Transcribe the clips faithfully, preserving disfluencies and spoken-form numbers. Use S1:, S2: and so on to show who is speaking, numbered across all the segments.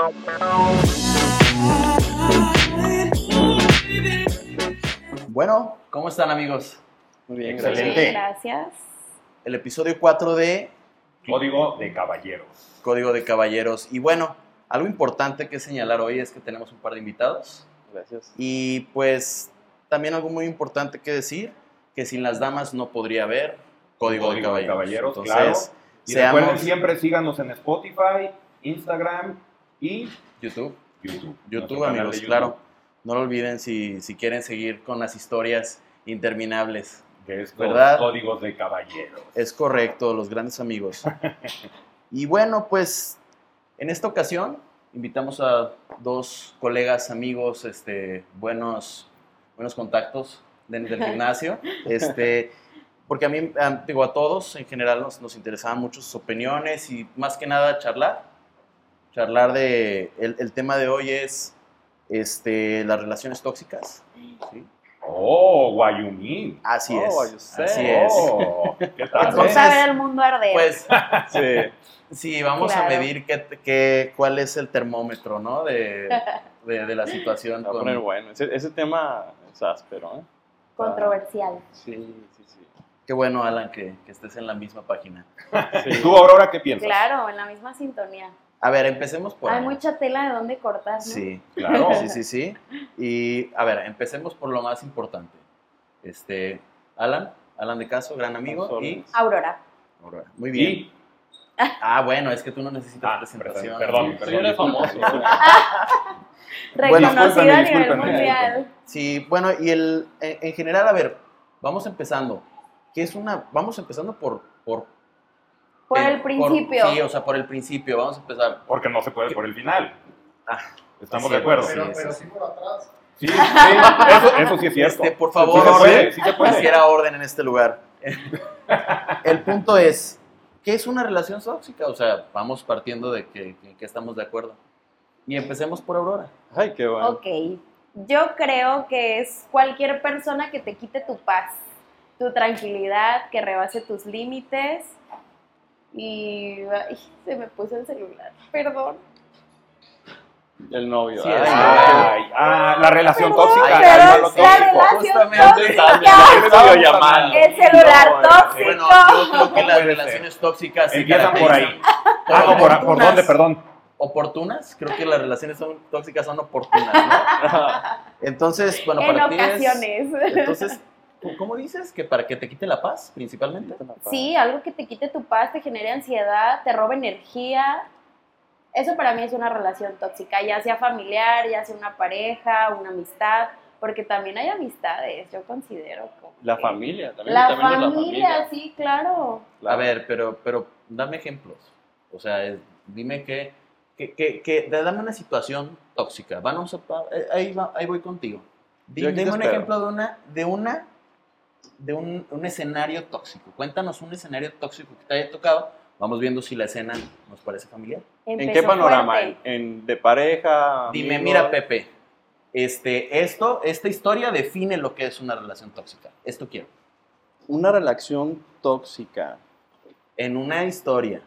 S1: Bueno, ¿cómo están, amigos?
S2: Muy bien,
S3: excelente. Sí, gracias.
S1: El episodio cuatro de
S2: Código de Caballeros.
S1: Código de Caballeros. Y bueno, algo importante que señalar hoy es que tenemos un par de invitados.
S4: Gracias.
S1: Y pues también algo muy importante que decir, que sin las damas no podría haber Código,
S2: Código
S1: de Caballeros.
S2: De caballeros
S1: Entonces,
S2: claro. Y
S1: seamos...
S2: recuerden siempre síganos en Spotify, Instagram y
S1: YouTube.
S2: YouTube.
S1: YouTube, amigos, YouTube. Claro. No lo olviden si, si quieren seguir con las historias interminables.
S2: De estos
S1: ¿verdad?
S2: Códigos de Caballeros.
S1: Es correcto, los grandes amigos. Y bueno, pues en esta ocasión invitamos a dos colegas, amigos, este, buenos, buenos contactos del, del gimnasio. Este, porque a mí, digo, a todos en general nos, nos interesaban mucho sus opiniones y más que nada charlar. Charlar de, el, el tema de hoy es este, las relaciones tóxicas. ¿Sí?
S2: Oh, Guayumín.
S1: Así
S4: oh,
S1: es. Así es.
S2: Oh, ¿qué tal?
S3: Nos gusta ver el mundo arder.
S1: Pues,
S4: Sí.
S1: sí, vamos
S3: Claro.
S1: a medir qué, qué, cuál es el termómetro, ¿no? De, de, de la situación.
S4: Va a
S1: con...
S4: poner bueno. Ese, ese tema es áspero, ¿eh?
S3: Controversial.
S4: Sí, sí, sí.
S1: Qué bueno, Alan, que, que estés en la misma página.
S2: ¿Y tú, Aurora, qué piensas?
S3: Claro, en la misma sintonía.
S1: A ver, empecemos por...
S3: Hay
S1: ahí.
S3: mucha tela de dónde cortar, ¿no?
S1: Sí,
S2: Claro.
S1: sí, sí, sí. Y, a ver, empecemos por lo más importante. Este, Alan, Alan de Caso, gran amigo, y...
S3: Aurora.
S1: Aurora. Muy bien.
S2: Y,
S1: Ah, bueno, es que tú no necesitas
S2: ah,
S1: presentación.
S2: perdón,
S4: Soy
S2: perdón.
S4: de famoso.
S1: Bueno,
S3: Reconocido
S2: discúlpenme,
S3: a nivel
S2: discúlpenme.
S3: mundial.
S1: Sí, bueno, y el, en, en general, a ver, vamos empezando. ¿Qué es una...? Vamos empezando por... Por,
S3: Por
S1: eh,
S3: el principio.
S1: sí, o sea, por el principio. Vamos a empezar.
S2: Porque no se puede por el final.
S1: Ah,
S2: ¿Estamos
S1: sí,
S2: de acuerdo?
S1: sí,
S2: Sí,
S1: sí,
S5: pero
S1: sí.
S5: sí por atrás.
S2: sí, eso, eso sí es cierto.
S1: Este, por
S2: Sí
S1: favor,
S2: se puede,
S1: orden.
S2: sí se puede.
S1: Quisiera orden en este lugar. El punto es, ¿qué es una relación tóxica? O sea, vamos partiendo de que, que, que estamos de acuerdo. Y empecemos por Aurora.
S4: Ay, qué bueno.
S3: Ok. Yo creo que es cualquier persona que te quite tu paz, tu tranquilidad, que rebase tus límites. Y ay, se me puso el celular. Perdón.
S4: El novio.
S1: Sí,
S4: Ay,
S1: es-
S2: Ay, ah, la relación
S3: Perdón,
S2: tóxica.
S1: Ay,
S2: el
S3: pero
S2: malo
S3: es la
S2: tóxico.
S3: relación
S1: Justamente.
S3: tóxica.
S4: Estoy llamando.
S3: El celular
S4: No,
S3: tóxico.
S1: Bueno, yo creo que las
S2: puede
S1: relaciones tóxicas se
S2: Empiezan por ahí.
S1: caracterizan
S2: Ah, no, por, ¿por
S1: oportunas.
S2: dónde? Perdón.
S1: ¿Oportunas? Creo que las relaciones son tóxicas son oportunas, ¿no? Entonces, bueno,
S3: En
S1: para ti es-
S3: ocasiones.
S1: Entonces, ¿cómo dices? ¿Que para que te quite la paz, principalmente?
S3: Sí, algo que te quite tu paz, te genere ansiedad, te robe energía. Eso para mí es una relación tóxica, ya sea familiar, ya sea una pareja, una amistad, porque también hay amistades, yo considero. Como
S4: La
S3: que-
S4: familia. También,
S3: La
S4: también es
S3: familia,
S4: la familia.
S3: sí, claro.
S1: A ver, pero, pero dame ejemplos. O sea, es- dime que, que, que, que- dame una situación tóxica. Vamos a, eh, ahí, va- ahí voy contigo. Di-
S4: Yo aquí te
S1: Dime un
S4: espero.
S1: ejemplo de una, de una, de un, un escenario tóxico. Cuéntanos un escenario tóxico que te haya tocado. Vamos viendo si la escena nos parece familiar.
S4: ¿En
S3: Empezó
S4: qué panorama?
S3: fuerte.
S4: ¿En, en de pareja?
S1: Dime,
S4: amigos?
S1: mira, Pepe, este, esto, esta historia define lo que es una relación tóxica. Esto quiero.
S4: Una relación tóxica.
S1: En una historia.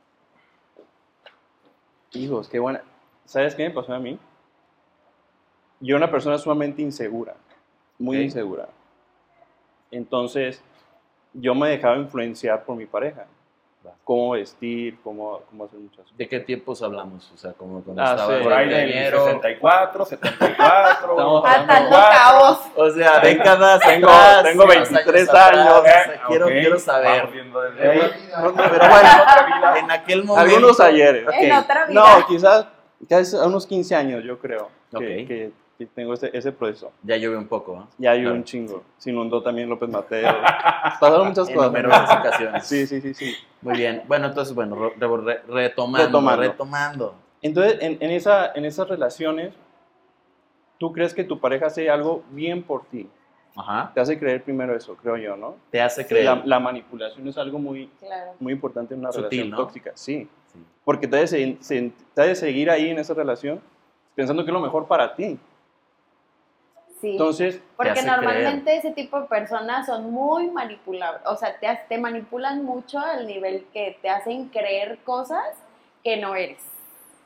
S4: Hijos, qué buena. ¿Sabes qué me pasó a mí? Yo era una persona sumamente insegura, muy
S1: Ok.
S4: insegura. Entonces, yo me dejaba influenciar por mi pareja. Cómo vestir, cómo, cómo hacer muchas cosas.
S1: ¿De qué tiempos hablamos? O sea, como cuando
S4: Ah,
S1: estaba
S4: sí.
S2: Por ahí del
S1: ingeniero.
S2: sesenta y cuatro, setenta y cuatro.
S4: Estamos
S3: Atando
S2: cuatro.
S3: cabos.
S1: O sea, décadas
S4: Tengo-
S1: atrás,
S4: tengo veintitrés años.
S1: o sea,
S2: Eh,
S1: quiero,
S2: ok,
S1: quiero saber.
S2: vamos viendo desde ahí.
S1: Pero bueno, en aquel momento...
S4: Algunos ayeres.
S1: Ok.
S3: En otra vida.
S4: No, quizás, quizás a unos quince años, yo creo, que,
S1: Ok.
S4: que- que tengo ese, ese proceso.
S1: Ya llovió un poco, ¿eh?
S4: Ya hay
S1: Claro.
S4: un chingo. Se inundó también López Mateo. Pasaron muchas
S1: En
S4: cosas.
S1: numerosas ocasiones.
S4: Sí, sí, sí, sí.
S1: Muy bien. Bueno, entonces, bueno, re- re- retomando,
S4: Retomando.
S1: retomando.
S4: Entonces, en, en, esa, en esas relaciones, tú crees que tu pareja hace algo bien por ti.
S1: Ajá.
S4: Te hace creer primero eso, creo yo, ¿no?
S1: Te hace creer.
S4: La, la manipulación es algo muy,
S3: Claro.
S4: muy importante en una
S1: Sutil,
S4: relación
S1: ¿no?
S4: tóxica. Sí.
S1: Sí.
S4: Porque te ha, de, se- se- te ha de seguir ahí en esa relación pensando que es lo mejor para ti.
S3: Sí.
S4: Entonces,
S3: Porque
S1: hace
S3: normalmente ese tipo de personas son muy manipulables. O sea, te, ha- te manipulan mucho al nivel que te hacen creer cosas que no eres.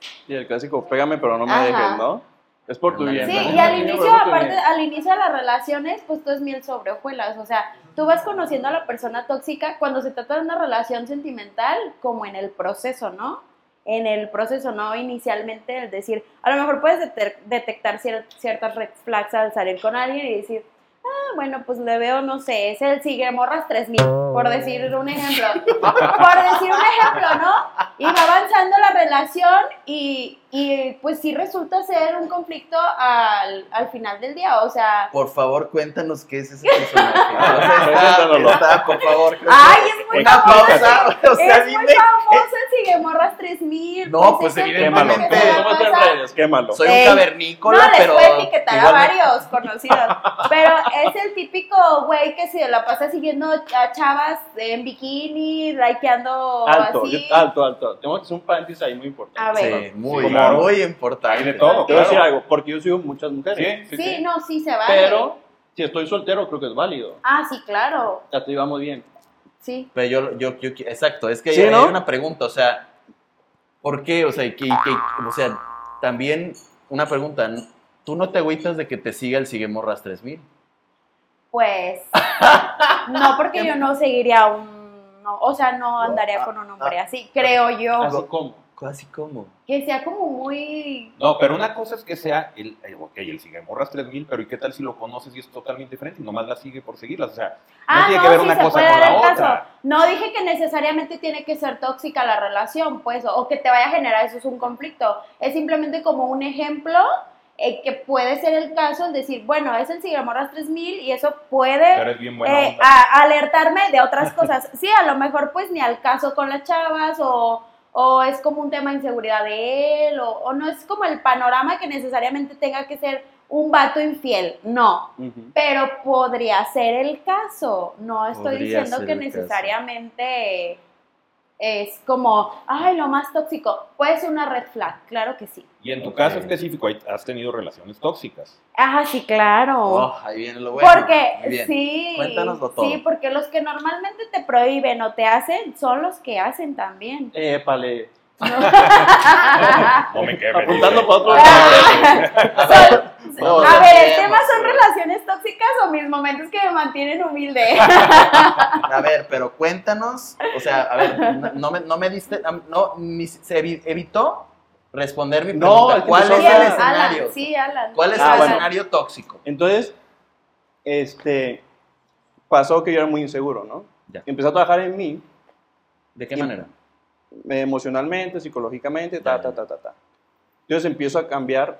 S4: Y el clásico, pégame pero no me
S3: Ajá.
S4: dejes, ¿no? Es por tu bien.
S3: Sí,
S4: ¿no?
S3: y al
S4: Sí,
S3: inicio,
S4: por tu
S3: aparte,
S4: bien.
S3: al inicio de las relaciones, pues todo es miel sobre hojuelas. O sea, tú vas conociendo a la persona tóxica cuando se trata de una relación sentimental, como en el proceso, ¿no? En el proceso, no inicialmente el decir, a lo mejor puedes deter- detectar cier- ciertas red flags al salir con alguien y decir, ah, bueno, pues le veo, no sé, es el sigue morras tres mil, por decir un ejemplo. Por decir un ejemplo, ¿no? Y va avanzando la relación y, y pues sí resulta ser un conflicto al, al final del día, o sea...
S1: Por favor, cuéntanos qué es ese personaje. O sea,
S4: Preséntanoslo.
S1: está, está, por favor. creo
S3: ¡Ay,
S1: que-
S3: es muy
S1: una
S3: famoso!
S1: pausa. O sea,
S3: Es
S1: dime.
S3: muy famoso el sigue morras tres mil.
S1: No, pues,
S3: es el
S1: evidentemente-
S3: tema
S4: Quémalo.
S3: que se la
S4: ¿Cómo está en
S3: pasa-
S4: redes? Quémalo.
S1: Soy
S3: Ey,
S1: un cavernícola,
S3: No, les
S1: pero.
S3: puedo etiquetar a
S1: igualmente-
S3: varios conocidos. Pero es el típico güey que se la pasa siguiendo a chavas en bikini, likeando
S4: Alto,
S3: así.
S4: yo- alto, alto. Tengo que hacer un paréntesis ahí muy importante.
S3: A ver.
S1: Sí, muy,
S2: Sí, claro.
S1: muy importante.
S2: Hay de todo,
S4: Te voy a decir
S2: claro.
S4: algo, porque yo sigo muchas mujeres.
S2: Sí,
S3: Sí,
S2: sí, sí.
S3: no, sí se vale.
S4: Pero si estoy soltero, creo que es válido.
S3: Ah, sí, claro.
S4: Ya te llevamos bien.
S3: Sí.
S1: Pero yo, yo, yo, exacto, es que
S4: Sí,
S1: hay,
S4: ¿no?
S1: hay una pregunta, o sea, ¿por qué? O sea, que, que- o sea, también una pregunta, ¿tú no te agüitas de que te siga el Sigue Morras tres mil?
S3: Pues. No, porque yo no seguiría un. No, o sea, no andaría con un hombre así, creo yo.
S4: Así como.
S1: Casi como.
S3: Que sea como muy.
S2: No, pero una cosa es que sea el, el, ok, el sigue morras tres mil, pero ¿y qué tal si lo conoces y es totalmente diferente y nomás la sigue por seguirlas? O sea, no
S3: Ah,
S2: tiene
S3: no,
S2: que ver
S3: sí
S2: una
S3: se
S2: cosa
S3: puede
S2: con
S3: dar
S2: la
S3: el caso.
S2: otra.
S3: No dije que necesariamente tiene que ser tóxica la relación, pues, o que te vaya a generar eso es un conflicto. Es simplemente como un ejemplo eh, que puede ser el caso, el decir, bueno, es el Sigamorras tres mil y eso puede
S2: Pero es bien buena
S3: eh,
S2: onda.
S3: a- alertarme de otras cosas. Sí, a lo mejor pues ni al caso con las chavas o, o es como un tema de inseguridad de él o, o no es como el panorama que necesariamente tenga que ser un vato infiel, no.
S4: Ujú.
S3: Pero podría ser el caso. No estoy
S1: Podría
S3: diciendo
S1: ser
S3: que
S1: el caso.
S3: necesariamente es como, ay, lo más tóxico. Puede ser una red flag, claro que sí.
S2: Y en tu caso
S1: Ok.
S2: específico, hay- has tenido relaciones tóxicas.
S3: Ah, sí, claro.
S1: Oh, ahí viene lo bueno.
S3: porque
S1: Muy bien.
S3: sí,
S1: Cuéntanoslo todo.
S3: sí, porque los que normalmente te prohíben o te hacen son los que hacen también.
S4: Épale.
S2: No me quemes.
S4: Apuntando
S2: dice.
S4: para otro
S3: Ah.
S4: lado.
S1: No,
S3: A ver, ¿el tema
S1: sabemos,
S3: son
S1: güey.
S3: relaciones tóxicas o mis momentos que me mantienen humilde?
S1: A ver, pero cuéntanos, o sea, a ver, no, no me, no me diste, no, ni se evi- evitó responder mi
S4: No,
S1: pregunta.
S4: es que
S1: ¿Cuál
S4: empezó
S1: es el
S4: Alan,
S1: escenario?
S3: Alan, sí, Alan.
S1: ¿Cuál es
S4: Ah,
S1: el
S4: bueno.
S1: escenario tóxico?
S4: Entonces, este, pasó que yo era muy inseguro, ¿no?
S1: Ya.
S4: Empecé a trabajar en mí,
S1: ¿De qué
S4: Y-
S1: manera?
S4: eh, emocionalmente, psicológicamente, ta,
S1: Ya,
S4: ta,
S1: ya.
S4: ta, ta, ta. Entonces empiezo a cambiar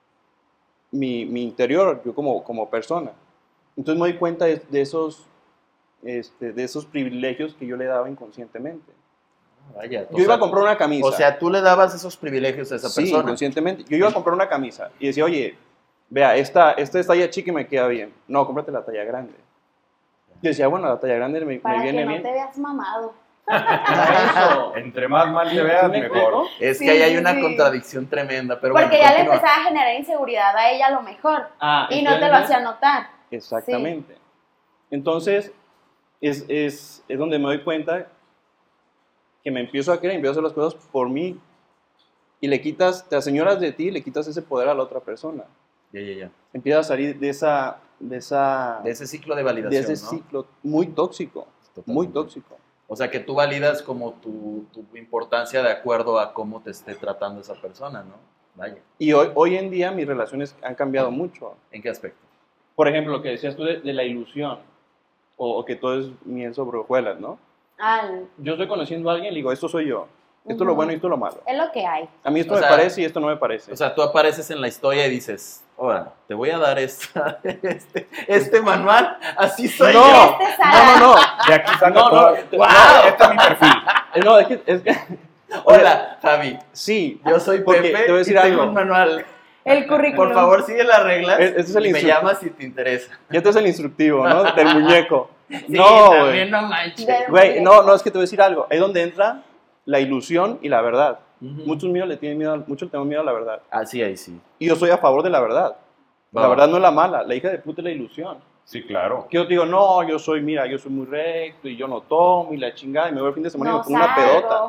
S4: mi, mi interior, yo como, como persona. Entonces me doy cuenta de, de esos, este, de esos privilegios que yo le daba inconscientemente.
S1: Vaya, o
S4: Yo iba
S1: sea,
S4: a comprar una camisa.
S1: O sea, tú le dabas esos privilegios a esa
S4: sí,
S1: persona.
S4: inconscientemente. Yo iba a comprar una camisa y decía, oye, vea, esta, esta es talla chica y me queda bien. No, cómprate la talla grande. Yo decía, bueno, la talla grande me, me
S3: Para
S4: viene
S3: que no
S4: bien.
S3: te veas mamado.
S4: Eso.
S2: Entre más mal te
S4: ¿Sí
S2: veas,
S4: me
S2: mejor.
S4: explico?
S1: Es
S3: Sí,
S1: que ahí hay
S3: sí,
S1: una
S3: sí.
S1: contradicción tremenda, pero
S3: Porque
S1: bueno,
S3: ya le
S1: continúa.
S3: empezaba a generar inseguridad a ella a lo mejor.
S4: Ah,
S3: Y no te lo
S4: entonces-
S3: hacía notar.
S4: Exactamente. Entonces, es, es, es donde me doy cuenta que me empiezo a querer, empiezo a hacer las cosas por mí y le quitas, te aseñoras de ti y le quitas ese poder a la otra persona.
S1: Ya, ya, ya.
S4: Empiezas a salir de esa, de esa,
S1: De ese ciclo de
S4: de
S1: validación,
S4: ese
S1: ¿no?
S4: ciclo muy tóxico, muy
S1: Totalmente.
S4: tóxico.
S1: O sea, que tú validas como tu, tu importancia de acuerdo a cómo te esté tratando esa persona, ¿no? Vaya.
S4: Y hoy, hoy en día mis relaciones han cambiado mucho.
S1: ¿En qué aspecto?
S4: Por ejemplo, lo que decías tú de, de la ilusión, o, o que todo es miel sobre hojuelas, ¿no?
S3: Ah,
S4: Yo estoy conociendo a alguien y le digo, esto soy yo, esto es lo
S3: Ujú.
S4: bueno y esto es lo malo.
S3: es lo que hay.
S4: A mí esto
S1: O
S4: me
S1: sea,
S4: parece y esto no me parece.
S1: O sea, tú apareces en la historia y dices, ahora, te voy a dar esta, este, este manual, así soy
S4: No.
S1: yo.
S3: Este es
S4: no,
S3: Alan.
S4: no, no.
S2: De aquí saca
S4: No, no,
S2: todo.
S4: no,
S2: ¡Wow! Este es mi perfil.
S4: Eh, No, es que, es que
S1: Hola, Javi,
S4: sí,
S1: yo soy
S4: Porque
S1: Pepe
S4: te voy a decir
S1: y tengo
S4: algo.
S1: un manual.
S3: El currículum.
S1: Por favor, sigue las reglas
S4: Es- ese es el
S1: y me
S4: instru-
S1: llamas si te interesa.
S4: ya te es el instructivo, ¿no? Del muñeco.
S1: Sí,
S4: No,
S1: también
S4: güey.
S1: no manches.
S3: Del-
S4: Güey, no, no, es que te voy a decir algo. Es donde entra la ilusión y la verdad.
S1: Ujú.
S4: Muchos míos le tienen miedo, a- muchos le tenemos miedo a la verdad.
S1: Ah, sí, ahí sí.
S4: Y yo soy a favor de la verdad.
S1: Va.
S4: La verdad no es la mala, la hija de puta es la ilusión.
S2: Sí, claro.
S4: Que yo te digo, no, yo soy, mira, yo soy muy recto y yo no tomo y la chingada y me voy el fin de semana y
S3: No
S4: me pongo una
S3: salgo.
S4: pedota.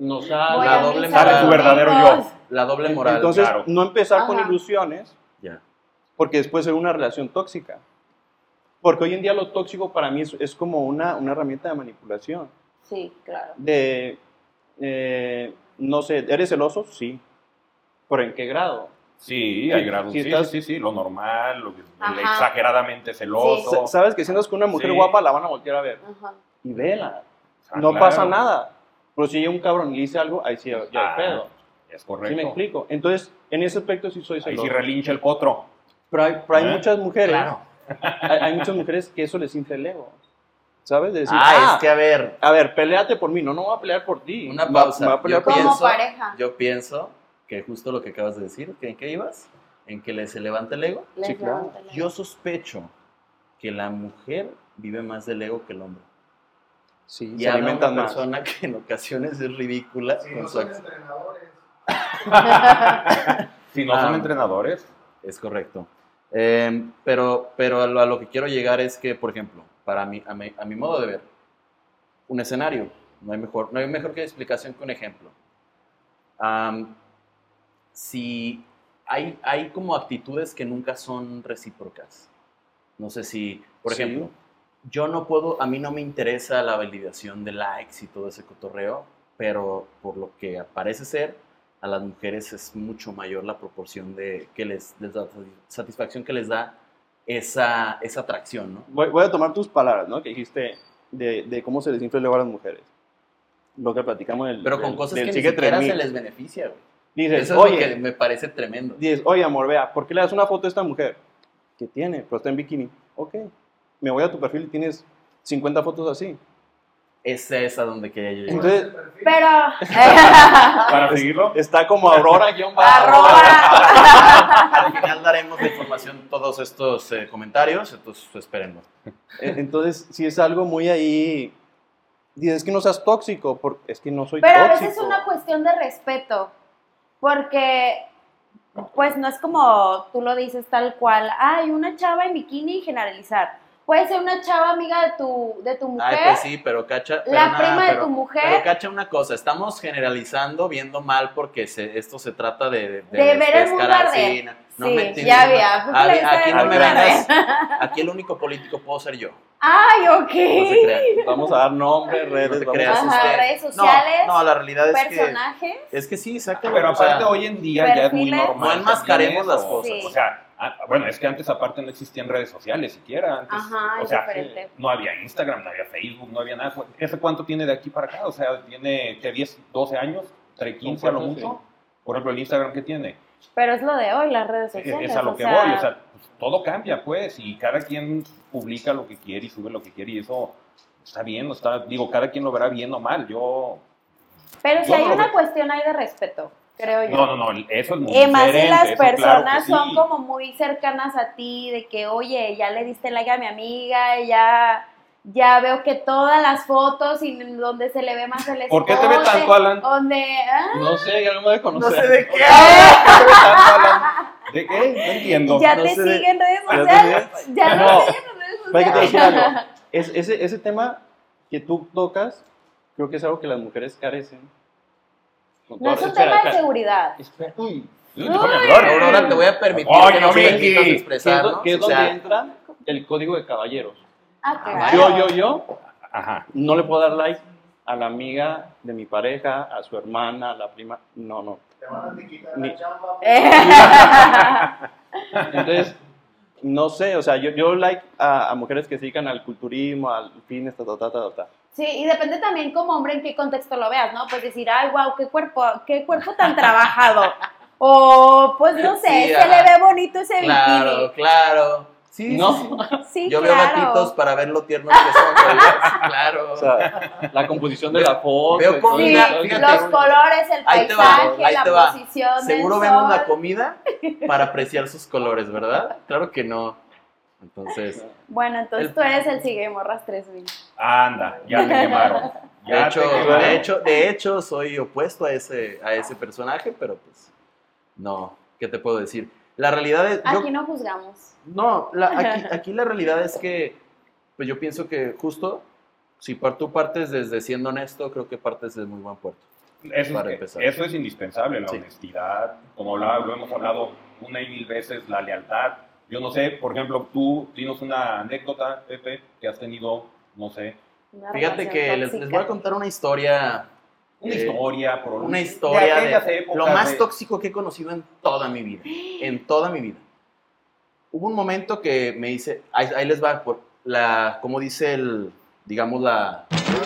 S4: no
S3: Voy
S4: sale.
S1: la
S3: a
S1: doble
S3: misa
S1: moral.
S3: los
S2: Tu verdadero
S3: domingos.
S1: La doble moral.
S4: Entonces,
S2: claro.
S4: no empezar con
S3: Ajá.
S4: ilusiones,
S1: ya.
S4: porque después es una relación tóxica. Porque hoy en día lo tóxico para mí es, es como una, una herramienta de manipulación.
S3: Sí, claro.
S4: De, eh, no sé, ¿eres celoso? Sí. ¿Pero en qué grado?
S2: Sí, hay
S4: Sí,
S2: grados.
S4: si
S2: Sí,
S4: estás-
S2: sí, sí, lo normal, lo que- el
S3: Ajá.
S2: exageradamente celoso.
S4: Sa- Sabes que si andas con una mujer
S2: Sí.
S4: guapa, la van a voltear a ver.
S3: Ajá.
S4: Y vela.
S2: Ah,
S4: No
S2: claro.
S4: pasa nada. Pero si llega un cabrón y le dice algo, ahí sí ya hay
S2: Ah,
S4: pedo.
S2: Es
S4: ¿Sí
S2: correcto.
S4: me explico? Entonces, en ese aspecto sí soy
S2: Ahí
S4: celoso.
S2: sí relincha el potro.
S4: Pero hay, pero hay
S2: ¿Eh?
S4: muchas mujeres,
S2: Claro.
S4: hay, hay muchas mujeres que eso les infla el ego. ¿Sabes? De decir,
S1: Ah,
S4: ah,
S1: es que a ver,
S4: a ver, peleate por mí. No, no voy a pelear por ti.
S1: una
S4: Me va-
S1: pausa.
S4: me voy a pelear
S1: Yo
S4: por
S3: Como
S1: pienso,
S3: pareja.
S1: yo pienso que justo lo que acabas de decir, que ¿en qué ibas? ¿En que le se levanta el ego?
S3: Les
S4: Sí, claro.
S3: levanta la-
S1: Yo sospecho que la mujer vive más del ego que el hombre.
S4: Sí,
S1: Y
S4: se
S1: habla
S4: alimentan
S1: una
S4: más.
S1: persona que en ocasiones es ridícula
S5: Si
S1: con
S5: no
S1: su
S5: son
S1: ac-
S5: entrenadores.
S2: Si no son
S1: Ah.
S2: entrenadores,
S1: Es correcto. Eh, pero pero a lo, a lo que quiero llegar es que, por ejemplo, para mí, a, mi, a mi modo de ver, un escenario, no hay mejor, no hay mejor que explicación que un ejemplo. Am, si hay, hay como actitudes que nunca son recíprocas. No sé si, por
S4: Sí.
S1: ejemplo, yo no puedo, a mí no me interesa la validación de likes y todo ese cotorreo, pero por lo que parece ser, a las mujeres es mucho mayor la proporción de que les, les da satisfacción que les da esa, esa atracción, ¿no?
S4: Voy, voy a tomar tus palabras, ¿no? Que dijiste de, de cómo se les infla el ego a las mujeres. Lo que platicamos del
S1: Pero con
S4: del-
S1: cosas
S4: del
S1: que ni
S4: sigue
S1: siquiera
S4: tres
S1: se
S4: mil.
S1: les beneficia, güey.
S4: Dices,
S1: Eso es lo
S4: oye,
S1: que me parece tremendo.
S4: dices, oye, amor, vea, ¿por qué le das una foto a esta mujer? ¿Qué tiene? Pero está en bikini. Ok. Me voy a tu perfil y tienes cincuenta fotos así.
S1: Es esa donde quería yo llegar.
S4: Entonces,
S3: Pero.
S2: para seguirlo,
S4: está como Aurora guión bajo.
S3: Arroba.
S1: Al final daremos la información, todos estos eh, comentarios, entonces esperemos.
S4: Eh, Entonces, si es algo muy ahí, dices que no seas tóxico, porque es que no soy
S3: Pero a
S4: tóxico.
S3: veces es una cuestión de respeto, porque pues no es como tú lo dices tal cual, hay una chava en bikini y generalizar. Puede ser una chava amiga de tu, de tu mujer,
S1: Ay, pues sí, pero cacha. pero
S3: la
S1: nada,
S3: prima de
S1: pero-
S3: tu mujer,
S1: Pero cacha una cosa, estamos generalizando, viendo mal porque se- esto se trata de, de,
S3: de ver el mundo
S1: descarar,
S3: arder.
S1: sí, no- no
S3: Sí,
S1: me entiendes,
S3: ya
S1: no-
S3: había.
S1: a-
S3: Pues, la
S1: aquí
S3: vista
S1: no
S3: del
S1: me
S3: mundo
S1: vengas,
S3: arder.
S1: aquí el único político puedo ser yo.
S3: Ay,
S1: No se
S3: ok.
S1: crean.
S4: Vamos a dar nombres,
S1: No
S4: redes,
S1: te
S4: vamos
S1: creas,
S4: a...
S3: Ajá,
S1: este,
S3: redes
S1: no,
S3: sociales,
S1: No, la realidad es que,
S3: personajes.
S1: es que sí, exacto.
S2: pero
S1: o sea,
S2: aparte hoy en día ya es muy
S3: perfiles.
S2: normal.
S1: No enmascaremos
S2: también
S1: las
S2: eso.
S1: cosas.
S3: Sí.
S2: O sea, ah, bueno, es que antes aparte no existían redes sociales siquiera. Antes,
S3: Ajá,
S2: o
S3: es
S2: sea,
S3: diferente.
S2: no había Instagram, no había Facebook, no había nada. ¿Ese cuánto tiene de aquí para acá? O sea, tiene que diez, doce años, entre quince a lo
S4: fuerza,
S2: mucho. Por ejemplo, el Instagram que tiene.
S3: Pero es lo de hoy, las redes
S2: Es,
S3: sociales.
S2: es a lo
S3: o
S2: que
S3: sea,
S2: voy, o sea, pues, todo cambia, pues, y cada quien publica lo que quiere y sube lo que quiere, y eso está bien, no está, digo, cada quien lo verá bien o mal. Yo,
S3: Pero si
S2: yo
S3: hay
S2: no lo
S3: una
S2: veo.
S3: cuestión ahí de respeto, creo yo.
S2: no, no, no, eso es muy
S3: Y más si
S2: diferente,
S3: las
S2: eso claro
S3: personas
S2: que
S3: son
S2: sí.
S3: como muy cercanas a ti, de que, oye, ya le diste like a mi amiga, ya, ya veo que todas las fotos y donde se le ve más el escote.
S2: ¿Por qué te ve tanto, Alan?
S3: Donde, ah,
S4: No sé, ya no me voy a
S1: no
S4: conocer.
S1: sé de qué.
S2: ¿De qué? No entiendo.
S3: ya
S1: no
S3: te
S1: sé de-
S3: siguen en redes
S4: ¿Ya
S3: sociales. Ya no,
S4: No.
S3: siguen en redes
S4: Pero hay que te decir
S3: sociales.
S4: algo. Es, ese, ese tema que tú tocas, creo que es algo que las mujeres carecen. Con
S3: No
S4: todo-
S3: es un
S4: espera,
S3: tema de
S4: espera.
S3: seguridad.
S4: Espera, uy.
S2: Uy, déjame hablar.
S1: Aurora, te voy a permitir
S2: Oye,
S1: que nos
S2: Vicky.
S1: permitas
S4: Que es, do-
S1: expresarnos.
S4: que es
S1: o sea,
S4: donde entra el código de caballeros.
S3: Ah,
S1: Ah,
S3: claro.
S4: Yo, yo, yo,
S2: Ajá.
S4: no le puedo dar like a la amiga de mi pareja, a su hermana, a la prima. No, no.
S5: Te van a quitar
S4: Ni-
S5: la chamba.
S4: Entonces, no sé, o sea, yo, yo like a, a mujeres que se dedican al culturismo, al fitness, ta, ta, ta, ta, ta.
S3: Sí, y depende también como hombre en qué contexto lo veas, ¿no? Pues decir, ay, wow, qué cuerpo, qué cuerpo tan trabajado. O, pues no sé,
S1: Sí,
S3: se
S1: ajá.
S3: le ve bonito ese
S1: claro,
S3: bikini.
S1: claro. Sí,
S4: No.
S1: sí, sí.
S3: Sí,
S1: Yo veo
S3: claro.
S1: gatitos para ver lo tiernos que son. ¿verdad? Sí, claro.
S4: O sea, la composición de la foto.
S1: Veo
S4: y todo
S3: Sí,
S1: comida,
S4: eso.
S1: fíjate.
S3: los colores, el
S1: Ahí te va,
S3: paisaje,
S1: ahí
S3: la
S1: te va.
S3: posición
S1: Seguro
S3: del
S1: vemos
S3: sol.
S1: la comida para apreciar sus colores, ¿verdad? Claro que no. Entonces,
S3: Bueno, entonces
S1: El-
S3: tú eres el sigue morras tres mil.
S2: Anda, ya te quemaron.
S1: de
S2: Ya
S1: hecho,
S2: te quemaron.
S1: de hecho, de hecho, soy opuesto a ese, a ese personaje, pero pues, no, ¿qué te puedo decir? La realidad es, yo-
S3: Aquí no juzgamos.
S1: no, la- aquí, aquí la realidad es que, pues yo pienso que justo, si par- tú partes desde siendo honesto, creo que partes de muy buen puerto.
S2: Eso,
S1: para
S2: es,
S1: empezar.
S2: eso es indispensable, la
S1: Sí.
S2: honestidad, como lo, lo hemos hablado una y mil veces, la lealtad. Yo no sé, por ejemplo, tú tienes una anécdota, Pepe, que has tenido, no sé,
S3: Una
S1: Fíjate
S3: relación
S1: que les, les
S3: tóxica.
S1: voy a contar una historia.
S2: una
S1: eh,
S2: historia, por
S1: Una historia de,
S2: aquellas épocas
S1: lo más
S2: de-
S1: tóxico que he conocido en toda mi vida. En toda mi vida. Hubo un momento que me hice, ahí, ahí les va, por la, como dice el, digamos la,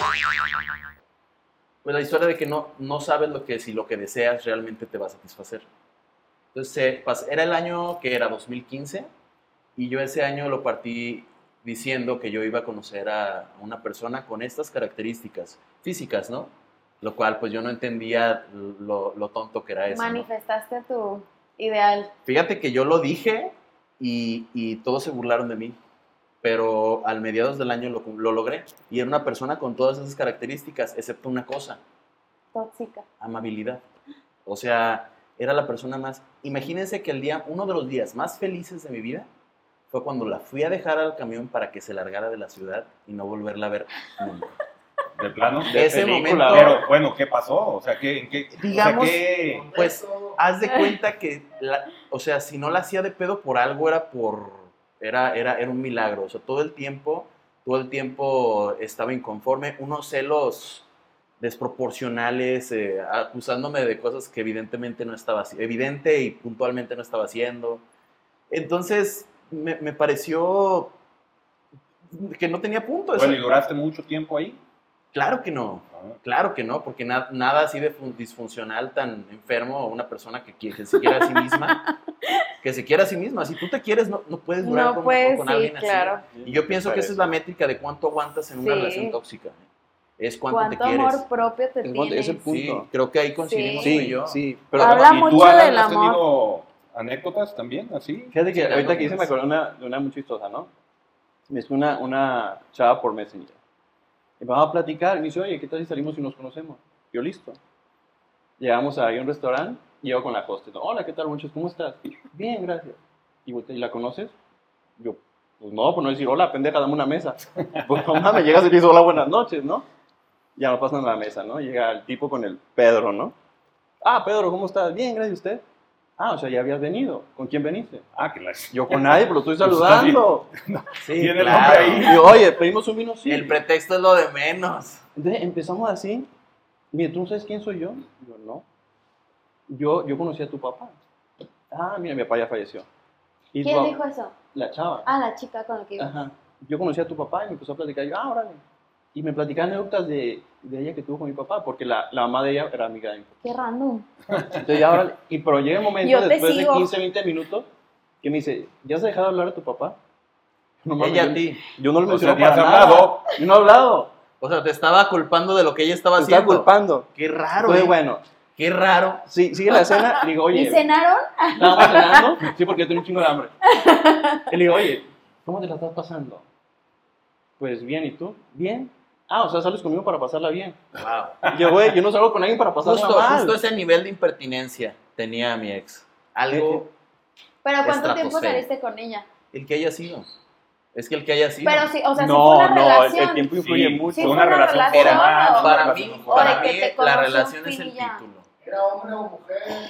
S1: pues la historia de que no, no sabes lo que, si lo que deseas realmente te va a satisfacer. Entonces, eh, pas- era el año que era dos mil quince y yo ese año lo partí diciendo que yo iba a conocer a una persona con estas características físicas, ¿no? Lo cual, pues yo no entendía lo, lo tonto que era eso, ¿no?
S3: Manifestaste tu ideal.
S1: Fíjate que yo lo dije y, y todos se burlaron de mí, pero al mediados del año lo, lo logré. Y era una persona con todas esas características, excepto una cosa,
S3: Tóxica.
S1: amabilidad. O sea, era la persona más... Imagínense que el día, uno de los días más felices de mi vida fue cuando la fui a dejar al camión para que se largara de la ciudad y no volverla a ver nunca.
S2: de plano.
S1: De ese
S4: película,
S1: momento...
S2: Pero bueno, ¿qué pasó? O sea, ¿qué, en qué,
S1: Digamos-
S2: o sea, ¿qué?
S1: Pues, haz de cuenta que, la- o sea, si no la hacía de pedo por algo, era por, era, era, era un milagro. O sea, todo el tiempo, todo el tiempo estaba inconforme, unos celos desproporcionales, eh, acusándome de cosas que evidentemente no estaba haciendo, evidente y puntualmente no estaba haciendo. Entonces, me, me pareció que no tenía punto. Eso.
S2: Bueno, ¿y duraste mucho tiempo ahí?
S1: Claro que no.
S2: Ah,
S1: Claro que no, porque na- nada así de fun- disfuncional, tan enfermo, una persona que, quiere, que se quiere a sí misma, que se quiere a sí misma. Si tú te quieres, no, no puedes durar
S3: No
S1: con,
S3: puedes,
S1: con
S3: sí,
S1: alguien
S3: claro.
S1: así. Y yo pienso que esa es la métrica de cuánto aguantas en una
S3: Sí.
S1: relación tóxica. Es cuánto,
S3: ¿Cuánto
S1: te quieres.
S3: amor propio te
S4: Es cuánto-
S3: tienes?
S4: es el punto.
S1: Sí, creo que ahí coincidimos
S3: Sí.
S1: tú y yo.
S4: sí, pero
S3: Habla
S2: ¿y tú,
S3: mucho
S2: Alan,
S3: del
S2: has
S3: amor.
S2: tenido anécdotas también, así?
S4: fíjate que
S1: Sí,
S4: ahorita
S1: no,
S4: que hice me
S1: pues.
S4: acuerdo de una, de una muy chistosa, ¿no? Me hizo una, una chava por Messenger. Y vamos a platicar. Y me dice, oye, ¿qué tal si salimos y nos conocemos? Yo, listo. Llegamos a un restaurante, llego con la hostess. Hola, ¿qué tal, muchachos? ¿Cómo estás? Bien, gracias. Y voltea, ¿y la conoces? Yo, pues no, por no decir, hola, pendeja, dame una mesa. Pues no mames, llegas y le dices, hola, buenas noches, ¿no? Ya nos pasan a la mesa, ¿no? Llega el tipo con el Pedro, ¿no? Ah, Pedro, ¿cómo estás? Bien, gracias, ¿usted? Ah, o sea, ya habías venido. ¿Con quién veniste?
S2: Ah, que la...
S4: Yo con nadie, pero lo estoy saludando.
S1: Sí,
S2: Tiene el
S1: claro.
S2: nombre ahí.
S4: Y yo, oye, pedimos un vino, sí.
S1: El pretexto es lo de menos.
S4: Entonces empezamos así. Mire, ¿tú no sabes quién soy yo? Yo, no. Yo, yo conocí a tu papá. Ah, mira, mi papá ya falleció. Y
S3: ¿Quién
S4: tu-
S3: dijo eso?
S4: La chava.
S3: Ah, la chica con la que iba.
S4: Ajá. Yo conocí a tu papá y me empezó a platicar. Yo, ah, órale. Y me platicaba anécdotas de, de ella que tuvo con mi papá, porque la, la mamá de ella era amiga de mi papá.
S3: Qué random.
S4: Entonces ya, órale. Y pero llega un momento
S3: Yo te
S4: después de
S3: sigo.
S4: quince, veinte minutos que me dice, ¿ya has dejado de hablar de tu papá? No, mames,
S1: Ella a
S4: yo-
S1: ti.
S4: Yo no lo
S2: O
S4: mencioné
S2: sea, ¿te
S4: para
S2: has
S4: nada.
S2: hablado?
S4: Yo no he hablado.
S1: O sea, te estaba culpando de lo que ella estaba
S4: Me
S1: haciendo.
S4: estaba culpando.
S1: Qué raro,
S4: Entonces,
S1: ¿eh?
S4: bueno,
S1: Qué raro.
S4: sí, sigue la escena. Le digo, oye,
S3: ¿Y cenaron?
S4: estábamos cenando. Sí, porque yo tenía un chingo de hambre. Y le digo, oye, ¿cómo te la estás pasando? Pues bien, ¿y tú? Bien. Ah, o sea, sales conmigo para pasarla bien.
S1: Wow.
S4: Yo, güey, yo no salgo con alguien para pasarla
S1: Justo,
S4: mal.
S1: justo ese nivel de impertinencia tenía mi ex. Algo,
S3: ¿Pero cuánto tiempo
S1: Estratosférico.
S3: saliste con ella?
S1: el que haya sido. Es que el que haya sido.
S3: Pero sí, o sea, sí
S4: no,
S3: fue una
S4: no, el,
S3: relación.
S4: el tiempo influye
S2: Sí,
S4: mucho.
S3: Sí,
S2: fue
S3: fue
S2: una
S3: una
S2: relación
S3: relación,
S2: formal,
S3: o-
S2: una
S1: Para
S2: relación
S1: mí,
S2: formal.
S1: para
S3: O de que
S1: mí
S3: te
S1: la
S3: conoció
S1: relación
S3: un
S1: es el
S3: fin y ya.
S1: título.
S5: ¿Era hombre o mujer?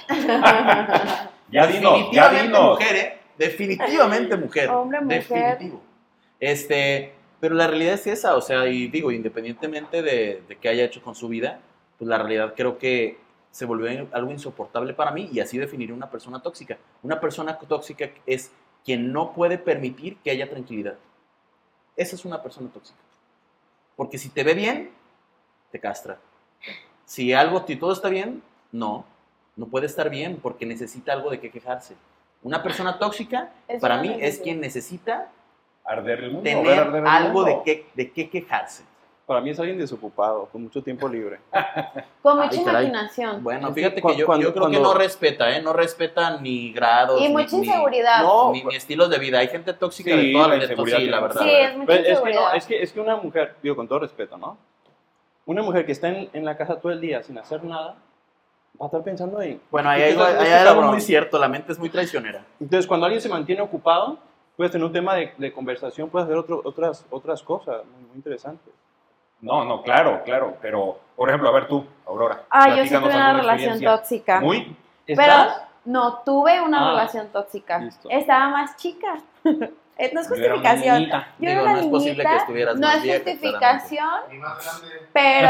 S2: Ya dinos, ya
S1: Definitivamente
S2: dinos.
S1: mujer, ¿eh? Definitivamente mujer.
S3: Hombre, mujer.
S1: Definitivo. Este, pero la realidad es esa, o sea, y digo, independientemente de, de qué haya hecho con su vida, pues la realidad creo que se volvió algo insoportable para mí y así definiría una persona tóxica. Una persona tóxica es quien no puede permitir que haya tranquilidad. Esa es una persona tóxica. Porque si te ve bien, te castra. Si algo, si todo está bien, no. No puede estar bien porque necesita algo de qué quejarse. Una persona tóxica,
S3: Es
S1: para
S3: una
S1: mí, es
S3: necesidad.
S1: quien necesita
S2: Arder el mundo, ver
S1: tener
S2: arder el
S1: algo
S2: mundo.
S1: de qué, de qué quejarse.
S4: Para mí es alguien desocupado, con mucho tiempo libre.
S3: Con
S1: Ay,
S3: mucha
S1: caray.
S3: imaginación.
S1: Bueno,
S4: Es que
S1: fíjate
S4: cu-
S1: que yo,
S4: cuando-
S1: yo creo que
S4: cuando-
S1: no respeta, ¿eh? No respeta ni grados.
S3: Y
S1: ni-
S3: mucha
S1: ni-
S3: inseguridad.
S4: No,
S1: Ni, ni estilos de vida. Hay gente tóxica
S2: Sí,
S1: de toda
S2: la
S1: la de
S2: inseguridad
S1: sí, la
S2: tiene
S1: verdad.
S3: Sí, es mucha
S4: Pero es que, no,
S3: inseguridad.
S4: es, que, es que una mujer, digo con todo respeto, ¿no? Una mujer que está en, en la casa todo el día sin hacer nada, va a estar pensando en...
S1: Bueno, ahí
S4: ¿qué
S1: hay,
S4: estás
S1: hay
S4: haciendo este
S1: algo
S4: cabrón?
S1: muy cierto. La mente es muy traicionera.
S4: Entonces, cuando alguien se mantiene ocupado, puedes tener un tema de, de conversación, puedes hacer otro- otras, otras cosas muy, muy interesantes.
S2: No, no, claro, claro, pero Por ejemplo, a ver tú, Aurora.
S3: Ah, yo sí
S2: platícanos
S3: tuve una
S2: alguna
S3: relación
S2: experiencia.
S3: tóxica.
S2: Muy.
S3: Pero
S4: ¿Estás?
S3: no, tuve una
S4: Ah,
S3: relación tóxica.
S4: listo.
S3: Estaba más chica. Eh, No es
S2: Yo era una
S3: justificación.
S2: niñita.
S3: Yo
S1: Digo,
S3: era una
S1: no es posible
S3: niñita,
S1: que estuvieras
S3: no
S1: más
S3: es
S1: vieja,
S3: justificación,
S5: Ni más grande.
S3: pero,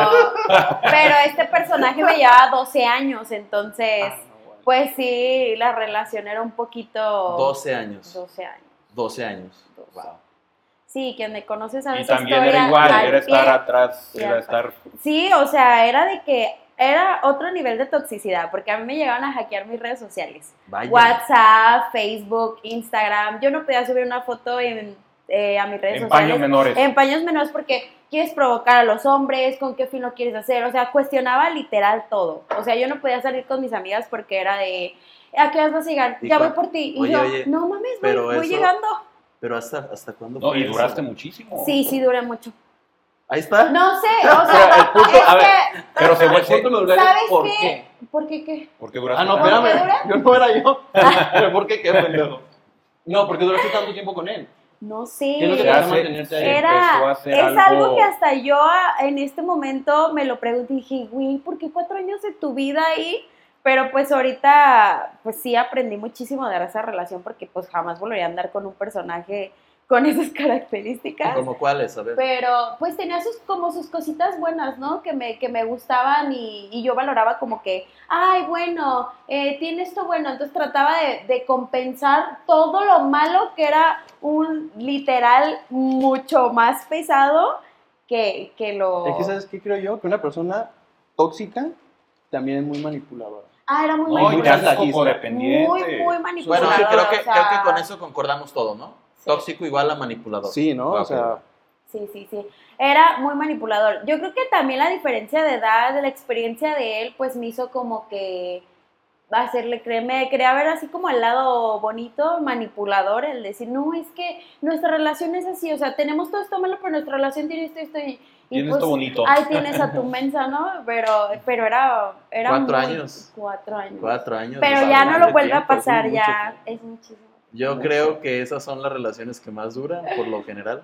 S3: pero este personaje me llevaba doce años, entonces,
S4: Ah, no, bueno.
S3: pues sí, la relación era un poquito...
S1: doce años.
S3: doce años.
S1: doce años.
S3: doce.
S1: Wow.
S3: Sí, quien me conoce sabe
S2: Y
S3: esa
S2: también
S3: historia
S2: era igual,
S3: al
S2: era estar
S3: pie.
S2: atrás,
S3: y
S2: era
S3: al-
S2: estar...
S3: Sí, o sea, era de que era otro nivel de toxicidad, porque a mí me llegaban a hackear mis redes sociales.
S1: Vaya.
S3: WhatsApp, Facebook, Instagram. Yo no podía subir una foto en, eh, a mis redes
S2: En
S3: sociales.
S2: paños menores.
S3: En paños menores porque quieres provocar a los hombres, con qué fin lo quieres hacer. O sea, cuestionaba literal todo. O sea, yo no podía salir con mis amigas porque era de, ¿a qué horas vas a llegar?
S1: ¿Y
S3: Ya voy
S1: cuán-
S3: por ti. Y
S1: Oye,
S3: yo,
S1: oye,
S3: no mames, voy,
S1: pero
S3: voy
S1: eso-
S3: llegando.
S1: Pero hasta, ¿hasta cuándo
S2: No,
S1: fue
S2: y
S1: eso?
S2: duraste muchísimo.
S3: Sí, sí, duré mucho.
S1: Ahí está.
S3: No sé, o
S4: Pero
S3: sea,
S4: el punto-
S3: es
S4: a ver,
S3: que,
S2: Pero se
S4: El
S2: vuelve...
S4: punto medular es
S3: ¿sabes
S4: ¿por
S3: qué?
S4: qué?
S3: ¿Por qué qué?
S2: Porque duraste
S4: Ah, no,
S2: tanto.
S3: ¿Por qué
S4: espérame.
S3: dura?
S4: Yo no era yo. ¿Pero por qué qué, pendejo? No, porque duraste tanto tiempo con él.
S3: No sé.
S4: ¿Qué es lo que
S2: Se
S4: te hace
S2: hace-
S4: mantenerte ahí?
S2: se empezó
S3: Era,
S2: a hacer
S3: es algo...
S2: algo-
S3: que hasta yo ah, en este momento me lo pregunté y dije, güey, ¿por qué cuatro años de tu vida ahí? Pero pues ahorita, pues sí aprendí muchísimo de esa relación porque pues jamás volvería a andar con un personaje con esas características.
S1: ¿Como cuáles? A ver.
S3: Pero pues tenía sus, como sus cositas buenas, ¿no? Que me, que me gustaban y, y yo valoraba como que, ay, bueno, eh, tiene esto bueno. Entonces trataba de, de compensar todo lo malo que era un literal mucho más pesado que, que lo...
S4: Es que, ¿sabes qué creo yo? Que una persona tóxica también es muy manipuladora.
S3: Ah, era muy
S2: No, y
S4: Muy
S2: te haces
S4: chantajista.
S2: codependiente.
S3: Muy, muy
S1: Bueno,
S3: manipulador.
S1: sí, creo que,
S3: o sea,
S1: creo que con eso concordamos todo, ¿no?
S3: sí.
S1: Tóxico igual a manipulador.
S4: Sí, ¿no? O
S1: Ok.
S4: sea,
S3: Sí, sí, sí. Era muy manipulador. Yo creo que también la diferencia de edad, de la experiencia de él, pues me hizo como que hacerle creer, me quería ver así como el lado bonito, manipulador, el decir, no, es que nuestra relación es así, o sea, tenemos todo esto malo, pero nuestra relación tiene esto, esto y... y
S2: Tiene
S3: pues,
S2: esto bonito.
S3: ahí tienes a tu mensa, ¿no? Pero, pero era, era
S1: Cuatro
S3: muy-
S1: años.
S3: Cuatro años.
S1: Cuatro años.
S3: Pero
S1: de
S3: ya no
S1: bastante
S3: lo vuelve a
S1: tiempo.
S3: pasar,
S4: mucho
S3: ya
S4: tiempo.
S3: es muchísimo.
S1: Yo
S4: Mucho.
S1: creo que esas son las relaciones que más duran, por lo general.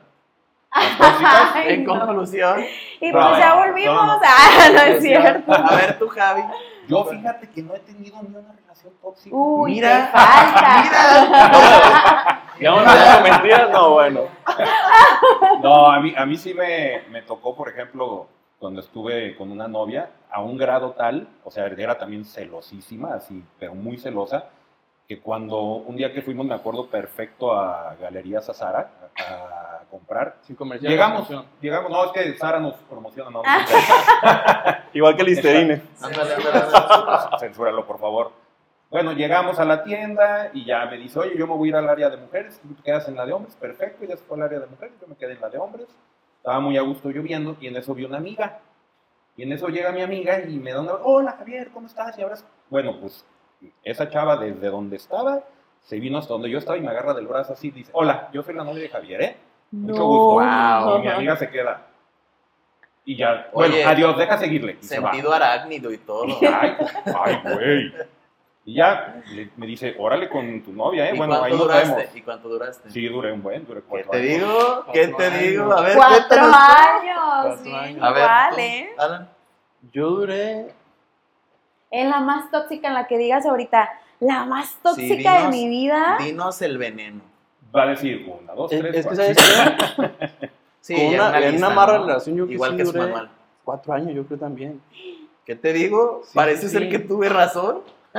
S3: Ay,
S1: En
S3: no.
S1: conclusión.
S3: Y
S2: No,
S3: pues ya
S2: no,
S3: volvimos.
S2: no, no.
S3: Ah, no es cierto.
S1: A ver tú, Javi.
S2: Yo fíjate que no he tenido ni una relación tóxica.
S3: Uy,
S1: Mira,
S3: te falta.
S4: ya vamos a decir mentiras, no, bueno.
S2: No, a mí, a mí sí me, me tocó, por ejemplo, cuando estuve con una novia, a un grado tal, o sea, era también celosísima, así, pero muy celosa, que cuando un día que fuimos, me acuerdo perfecto, a Galerías Azara a, a comprar,
S4: Sin comercial.
S2: llegamos,
S4: promoción.
S2: llegamos, no, es que Sara nos promociona, no,
S4: Igual que Listerine.
S1: Ándale, ándale, ándale.
S2: censúralo, por favor. Bueno, llegamos a la tienda y ya me dice, oye, yo me voy a ir al área de mujeres, tú te quedas en la de hombres, perfecto, y ya se fue al área de mujeres, yo me quedé en la de hombres, estaba muy a gusto lloviendo y en eso vi una amiga, y en eso llega mi amiga y me da una, hola Javier, ¿cómo estás? Y ahora, bueno, pues esa chava desde donde estaba, se vino hasta donde yo estaba y me agarra del brazo así y dice, hola, yo soy la novia de Javier, ¿eh? Mucho
S3: No.
S2: gusto.
S1: Wow.
S2: Y mi amiga se queda. Y ya, bueno,
S1: Oye,
S2: adiós, deja seguirle. Y se va.
S1: Sentido arácnido y todo.
S2: Ay, ay, güey. Y ya le- me dice, órale con tu novia, ¿eh?
S1: ¿Y
S2: Bueno, ahí
S1: cuánto
S2: nos vemos.
S1: duraste? ¿Y cuánto duraste?
S2: Sí, duré un buen, duré
S1: ¿Qué
S2: cuatro
S1: te
S2: años.
S1: digo? ¿Qué
S4: Cuatro
S1: te digo?
S4: años.
S1: A ver,
S3: Cuatro
S1: cuéntanos tú.
S3: años.
S4: Cuatro
S3: Sí,
S4: años.
S1: A ver,
S3: igual,
S1: tú,
S3: ¿eh?
S1: Alan.
S4: Yo duré.
S3: Es la más tóxica en la que digas ahorita, la más
S1: Sí,
S3: tóxica de
S1: dinos-
S3: mi vida.
S1: Dinos el veneno.
S2: Va a decir una, dos,
S4: Es,
S2: tres,
S4: es que,
S2: cuatro.
S4: ¿sabes qué?
S1: Sí,
S4: Con
S1: en
S4: una,
S1: una
S4: en
S1: lista,
S4: una mala
S1: ¿no?
S4: relación, yo que
S1: Igual
S4: sí
S1: que su
S4: duré
S1: manual.
S4: cuatro años, yo creo también.
S1: ¿Qué te digo?
S4: Sí,
S1: Parece
S4: sí,
S1: ser
S4: sí.
S1: que tuve razón.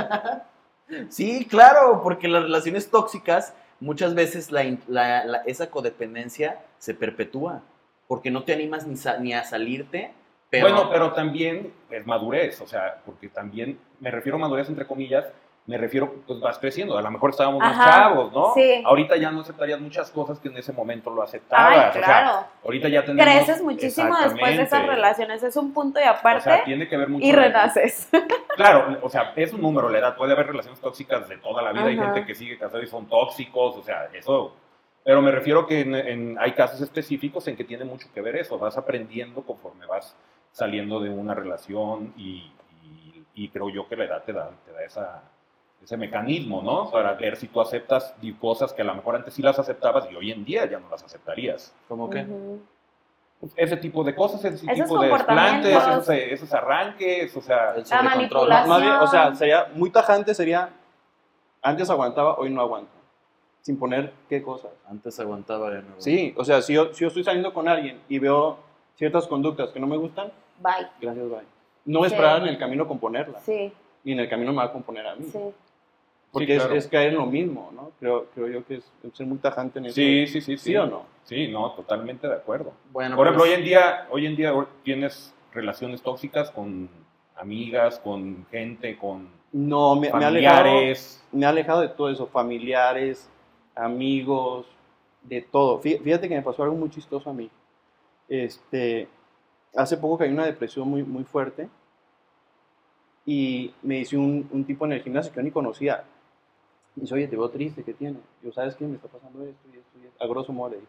S1: Sí, claro, porque las relaciones tóxicas, muchas veces la, in- la- la- esa codependencia se perpetúa, porque no te animas ni, sa- ni a salirte, pero...
S2: Bueno, pero también es madurez, o sea, porque también me refiero a madurez entre comillas, me refiero, pues vas creciendo, a lo mejor estábamos más
S3: Ajá,
S2: chavos, ¿no?
S3: sí.
S2: Ahorita ya no aceptarías muchas cosas que en ese momento lo aceptabas.
S3: Ay,
S2: O sea,
S3: claro.
S2: ahorita ya tenemos...
S3: Creces muchísimo después de esas
S2: Exactamente.
S3: relaciones. Es un punto y
S2: O
S3: aparte.
S2: sea, tiene que ver mucho...
S3: y renaces.
S2: Claro, o sea, es un número la edad, puede haber relaciones tóxicas de toda la vida, hay
S3: Ajá.
S2: gente que sigue casada y son tóxicos, o sea, eso... Pero me refiero que en, en- hay casos específicos en que tiene mucho que ver eso, vas aprendiendo conforme vas saliendo de una relación y, y- y creo yo que la edad te da, te da esa, ese mecanismo, ¿no? Para ver si tú aceptas di- cosas que a lo mejor antes sí las aceptabas y hoy en día ya no las aceptarías.
S1: ¿Cómo que?
S3: Ujú.
S2: ese tipo de cosas, ese
S3: Esos
S2: tipo de desplantes,
S3: comportamientos.
S2: esos, esos arranques, o sea,
S1: El
S3: La
S1: sobrecontrol.
S3: manipulación.
S4: Más bien, o sea, sería muy tajante, sería antes aguantaba, hoy no aguanto. Sin poner qué cosas.
S1: Antes aguantaba de nuevo.
S4: Sí, o sea, si yo, si yo estoy saliendo con alguien y veo ciertas conductas que no me gustan,
S3: Bye.
S4: gracias, bye. No
S3: Sí.
S4: esperar en el camino componerla.
S3: Sí,
S4: Y en el camino me va a componer a mí.
S3: sí.
S4: Porque
S2: Sí,
S4: es-
S2: claro.
S4: es, caer en lo mismo, ¿no? Creo, creo yo que es, es ser muy tajante en eso.
S2: sí, sí, sí, sí.
S4: ¿Sí o no?
S2: Sí, no, totalmente de acuerdo.
S1: Bueno,
S2: Por ejemplo,
S1: pues,
S2: hoy en día, hoy en día tienes relaciones tóxicas con amigas, con gente, con
S4: No, me, me ha alejado,
S2: familiares.
S4: me ha alejado de todo eso. Familiares, amigos, de todo. Fí- Fíjate que me pasó algo muy chistoso a mí. Este, hace poco caí en una depresión muy, muy fuerte y me dice un, un tipo en el gimnasio que yo ni conocía. Me dice, oye, te veo triste, ¿qué tienes? Yo, ¿sabes qué? Me está pasando esto y esto y esto. A grosso modo le dije.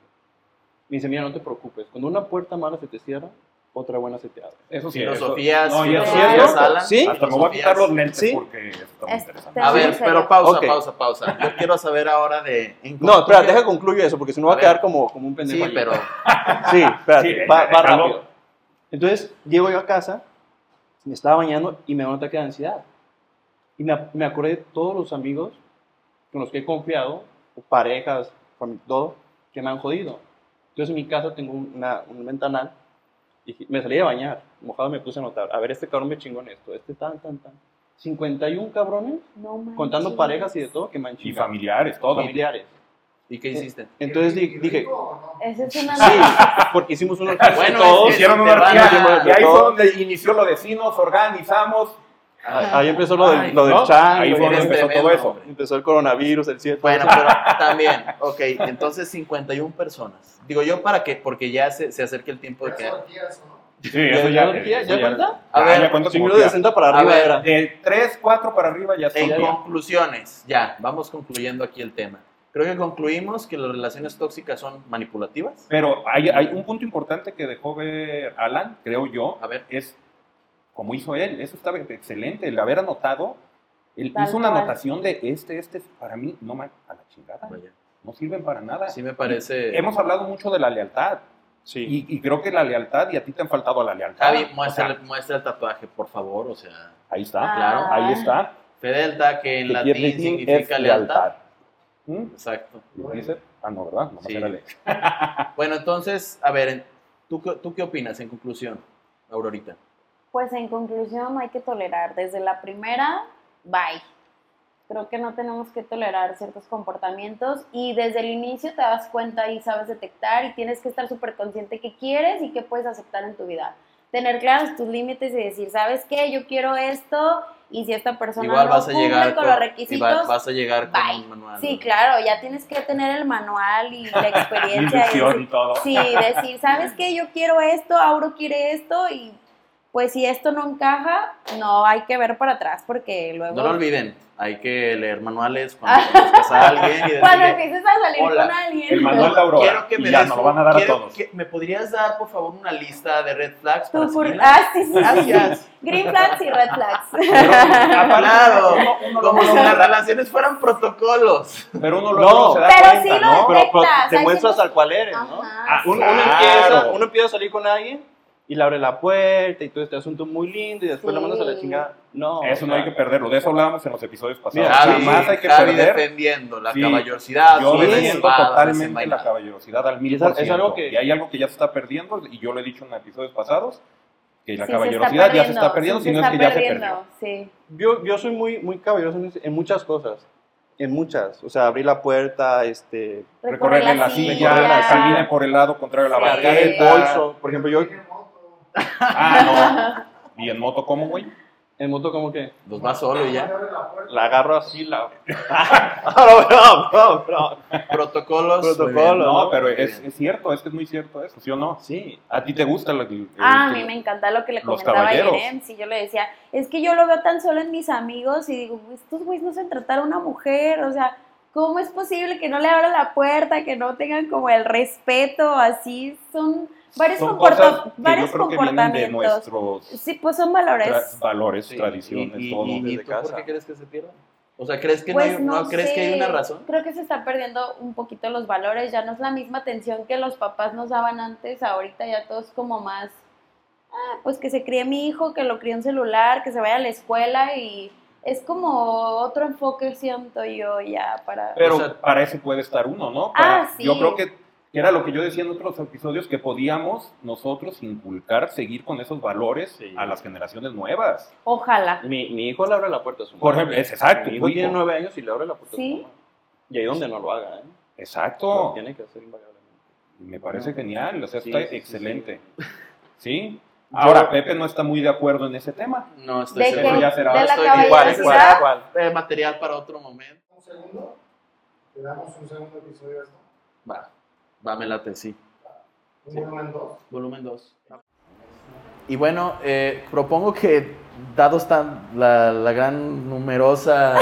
S4: Me dice, mira, no te preocupes. Cuando una puerta mala se te cierra, otra buena se te abre.
S2: Eso sí,
S1: filosofías,
S2: eso- no, y eso sí es
S1: filosofías,
S2: cierto.
S1: Alan,
S4: Sí.
S2: Hasta me voy a quitar los lentes
S4: Sí.
S2: porque eso está muy
S3: Este-
S2: interesante.
S1: A
S3: Sí,
S1: ver,
S3: en serio.
S1: pero pausa,
S4: Ok.
S1: pausa, pausa. Yo quiero saber ahora de... en
S4: No, espera,
S1: conclusión-
S4: deja concluyo eso, porque si no va
S1: A
S4: a quedar
S1: ver.
S4: como, como un pendejo.
S1: Sí,
S4: allí.
S1: pero...
S4: Sí, espérate,
S2: Sí,
S4: va, va
S2: déjalo.
S4: rápido. Entonces, llego yo a casa, me estaba bañando y me da un ataque de ansiedad. Y me, me acordé de todos los amigos con los que he confiado, o parejas, fami- todo, que me han jodido. Entonces, en mi casa tengo una, un ventanal y me salí de bañar, mojado me puse a notar. A ver, este cabrón me chingó en esto, este tan, tan, tan. cincuenta y uno cabrones,
S3: No manches.
S4: contando parejas y de todo, que me han
S2: Y
S4: chingado.
S2: familiares, todo.
S4: Familiares.
S1: ¿Y qué hiciste?
S4: Entonces di-
S5: ¿Y
S4: dije,
S5: rico o no?
S3: Esa es una...
S4: sí, porque hicimos unos
S1: Bueno,
S4: todos.
S1: es que
S2: Hicieron
S1: te
S2: una
S1: van
S2: orgía,
S1: a-
S2: y ahí fue donde inició lo de sí, nos organizamos.
S4: Ahí empezó lo del,
S1: Ay,
S4: lo del
S2: ¿no?
S4: chango,
S2: Ahí fue donde
S1: eres
S2: empezó todo
S1: tremendo,
S2: eso.
S1: hombre.
S4: empezó el coronavirus, el siete.
S1: Bueno, pero también, ok, entonces cincuenta y una personas. Digo yo para que, porque ya se, se acerca el tiempo de
S5: Ya
S1: que...
S5: son días, ¿no?
S2: Sí,
S4: ¿Ya-
S2: eso
S4: ya
S2: ya,
S4: orgía?
S2: eso
S4: ¿Ya cuenta?
S1: A
S2: ya,
S1: ver,
S2: ya cuenta
S4: Si
S2: como
S4: uno de
S2: orgía.
S4: sesenta para
S1: A
S4: arriba
S1: ver,
S4: era.
S2: De tres, cuatro para arriba ya está.
S1: En
S2: Ya.
S1: conclusiones, ya, vamos concluyendo aquí el tema. Creo que concluimos que las relaciones tóxicas son manipulativas.
S2: Pero hay, hay un punto importante que dejó ver Alan, creo yo,
S1: A ver.
S2: es como hizo él. Eso estaba excelente, el haber anotado. Él
S3: Tal
S2: hizo una
S3: cual.
S2: anotación de este, este, para mí, no man, a la chingada.
S1: Vaya.
S2: No sirven para nada.
S1: Sí me parece...
S2: Hemos hablado mucho de la lealtad.
S4: Sí.
S2: Y, y creo que la lealtad, y a ti te han faltado la lealtad.
S1: Javi,
S2: O
S1: muestra,
S2: sea,
S1: muestra el tatuaje, por favor, o sea...
S2: ahí está,
S3: Ah.
S1: Claro.
S2: ahí está.
S1: Fedelta, que en
S2: Que
S1: latín
S2: latín
S1: significa
S2: es
S1: lealtad.
S2: ¿Mm?
S1: Exacto.
S2: ¿Dice? Ah, no, ¿verdad? Nomás
S1: Sí.
S2: era ley.
S1: Bueno, entonces, a ver, ¿tú, qué- ¿tú qué opinas en conclusión, Aurorita?
S3: Pues en conclusión no hay que tolerar. Desde la primera, bye. Creo que no tenemos que tolerar ciertos comportamientos y desde el inicio te das cuenta y sabes detectar y tienes que estar súper consciente qué quieres y qué puedes aceptar en tu vida. Tener claros tus límites y decir, ¿sabes qué? Yo quiero esto y si esta persona
S1: Igual
S3: no
S1: vas a
S3: cumple
S1: llegar
S3: con
S1: con,
S3: los
S1: y
S3: requisitos,
S1: va- vas a llegar con
S3: bye.
S1: un manual.
S3: Sí,
S1: ¿no?
S3: claro, ya tienes que tener el manual y la experiencia. y
S2: Inducción
S3: decir,
S2: y todo.
S3: sí, decir, ¿sabes qué? Yo quiero esto, Auro quiere esto y pues si esto no encaja, no hay que ver para atrás porque luego...
S1: No lo olviden, hay que leer manuales cuando conozcas a alguien y
S3: Cuando
S1: decirle,
S3: empieces a salir
S1: hola,
S3: con alguien.
S2: el manual de Aurora.
S1: quiero que me
S2: y ya
S1: des
S2: nos lo
S1: un-
S2: van a dar a
S1: quiero
S2: todos.
S1: que- ¿me podrías dar, por favor, una lista de red flags
S3: Tú
S1: para
S3: por-
S1: seguirla?
S3: Ah, sí, sí, sí.
S1: Gracias.
S3: Green flags y red flags.
S1: Claro,
S2: Uno- uno
S1: como
S2: luego
S1: si
S2: se
S1: las
S2: da-
S1: relaciones fueran protocolos.
S2: Pero uno
S4: No,
S2: luego se da
S3: pero
S2: cuenta,
S3: sí lo
S2: ¿no?
S4: Pero, pero
S3: detectas,
S4: te
S3: hay
S4: muestras
S3: ciertos-
S4: al cual eres, ¿no?
S3: Ajá,
S2: Ah,
S3: sí.
S4: Uno,
S2: Claro.
S4: uno empieza, uno empieza a salir con alguien y le abre la puerta y todo este asunto muy lindo y después
S3: Sí.
S4: la mandas a la chingada. No.
S2: Eso
S4: o
S2: no hay
S4: sea,
S2: que perderlo. De eso hablábamos en los episodios pasados.
S4: Mira,
S1: Javi,
S2: Jamás hay que
S1: Javi
S2: perder.
S1: defendiendo la
S2: Sí.
S1: caballerosidad.
S2: Yo
S1: sobre la
S2: defiendo
S1: espada
S2: totalmente la
S1: desenvainada.
S2: caballerosidad al mil
S4: Y es al-
S2: por
S4: es algo
S2: ciento.
S4: que-
S2: Y hay algo que ya se está perdiendo, y yo lo he dicho en episodios pasados, que la
S3: Sí,
S2: caballerosidad ya se está perdiendo,
S3: sí,
S2: si no
S3: se
S2: es que
S3: está
S2: ya se
S3: perdiendo,
S2: perdió.
S3: sí.
S4: Yo, yo soy muy, muy caballeroso en, en muchas cosas. En muchas. O sea, abrir la puerta, este,
S2: Recorrerle la silla,
S4: recorrer la
S2: camine
S4: silla.
S2: por el lado contrario a la
S3: Sí.
S4: cargar el
S2: banqueta.
S4: bolso. Por ejemplo, yo
S5: Tiene moto.
S2: Ah, no. ¿Y en moto cómo, güey?
S4: en moto como que
S1: Pues va solo y ya.
S5: Abre la puerta.
S4: la agarro así, la... no, no, no, no.
S1: Protocolos.
S4: Protocolo.
S1: muy bien.
S2: No,
S4: ¿no?
S2: pero
S1: Muy
S2: es,
S1: bien.
S2: es cierto, es que es muy cierto eso, ¿sí o no?
S4: Sí.
S2: ¿A ti te gusta el, el-
S3: Ah, a
S2: el-
S3: mí me encanta lo que le
S2: los
S3: comentaba a
S2: caballeros.
S3: Irene. Si yo le decía, es que yo lo veo tan solo en mis amigos y digo, estos güeyes no saben tratar a una mujer, o sea, ¿cómo es posible que no le abran la puerta, que no tengan como el respeto? Así son varios,
S2: son
S3: comporta-
S2: cosas que
S3: varios
S2: yo creo que vienen de
S3: comportamientos.
S2: nuestros
S3: Sí, pues son valores.
S2: tra- valores,
S4: Sí.
S2: tradiciones,
S1: ¿Y, y-
S2: todo.
S1: y- y
S4: desde
S1: tú por
S4: casa.
S1: qué crees que se pierdan? O sea, ¿crees que
S3: Pues
S1: no, hay, no
S3: no
S1: crees que hay
S3: sé.
S1: una razón?
S3: Creo que se está perdiendo un poquito los valores, ya no es la misma atención que los papás nos daban antes, ahorita ya todo es como más, ah, pues que se críe mi hijo, que lo críe un celular, que se vaya a la escuela y es como otro enfoque, siento yo, ya para...
S2: Pero
S1: O sea,
S2: para eso puede estar uno, ¿no?
S3: Ah,
S2: Para-
S3: sí.
S2: Yo creo que que era lo que yo decía en otros episodios, que podíamos nosotros inculcar, seguir con esos valores
S4: Sí.
S2: a las generaciones nuevas.
S3: Ojalá.
S4: Mi, mi hijo le abre la puerta a su
S2: Por
S4: mamá.
S2: ejemplo, es exacto,
S4: Mi
S2: tu
S4: hijo tiene
S2: hijo.
S4: nueve años y le abre la puerta
S3: ¿Sí?
S4: a su mamá. Y ahí donde no lo haga, ¿eh? Lo
S2: Exacto.
S4: tiene que hacer invariablemente.
S2: Me parece genial, o sea,
S4: Sí,
S2: está
S4: sí, sí,
S2: excelente. ¿Sí? Ahora, Pepe no está muy de acuerdo en ese tema.
S1: No estoy
S3: ¿De
S1: seguro.
S3: qué?
S2: ya será-
S3: ¿De la
S1: Estoy
S4: Igual,
S3: caballerosidad?
S4: igual, igual.
S1: Eh, material para otro momento.
S5: ¿Un segundo? ¿Le damos un segundo episodio a esto?
S1: Va, va, me late, sí.
S5: ¿Un volumen dos?
S1: Volumen dos. Y bueno, eh, propongo que, dado esta, la, la gran, numerosa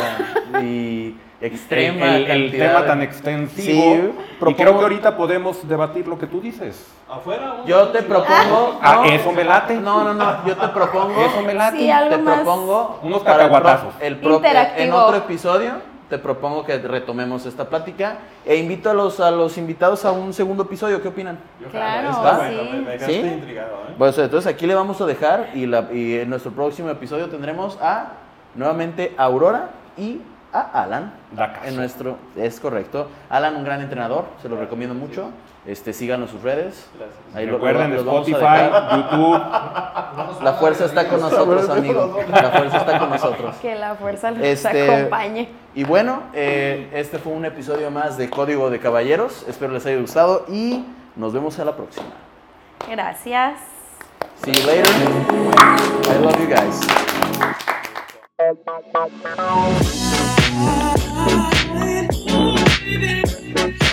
S1: y extrema
S2: el, el
S1: cantidad
S2: tema
S1: de-
S2: tan extensivo.
S1: Sí,
S2: y
S1: propongo-
S2: creo que ahorita podemos debatir lo que tú dices.
S4: Afuera.
S1: Yo te propongo...
S2: Ah,
S1: no,
S2: eso me late.
S1: No, no, no, yo te propongo...
S2: Eso me late.
S3: Sí, algo
S1: te
S3: más
S1: propongo...
S2: Unos
S1: para el pro-
S2: cacahuatazos.
S1: el pro-
S3: interactivo.
S1: En otro episodio te propongo que retomemos esta plática e invito a los, a los invitados a un segundo episodio. ¿Qué opinan?
S3: Claro,
S1: ¿Va?
S3: sí.
S4: Me, me dejaste
S1: ¿Sí?
S4: intrigado, ¿eh?
S1: Pues entonces aquí le vamos a dejar y, la, y en nuestro próximo episodio tendremos a nuevamente a Aurora y a Alan.
S2: Da caso.
S1: En nuestro, es correcto. Alan, un gran entrenador, se lo recomiendo mucho. Este, síganlo en sus redes.
S4: Gracias.
S1: Ahí lo-
S2: Recuerden,
S1: lo- los vamos a
S2: Spotify,
S1: dejar.
S2: YouTube.
S1: La fuerza está con nosotros, amigo. La fuerza está con nosotros.
S3: Que la fuerza los
S1: Este,
S3: acompañe.
S1: Y bueno, eh, este fue un episodio más de Código de Caballeros. Espero les haya gustado y nos vemos a la próxima.
S3: Gracias.
S1: See you later. I love you guys.
S6: Baby,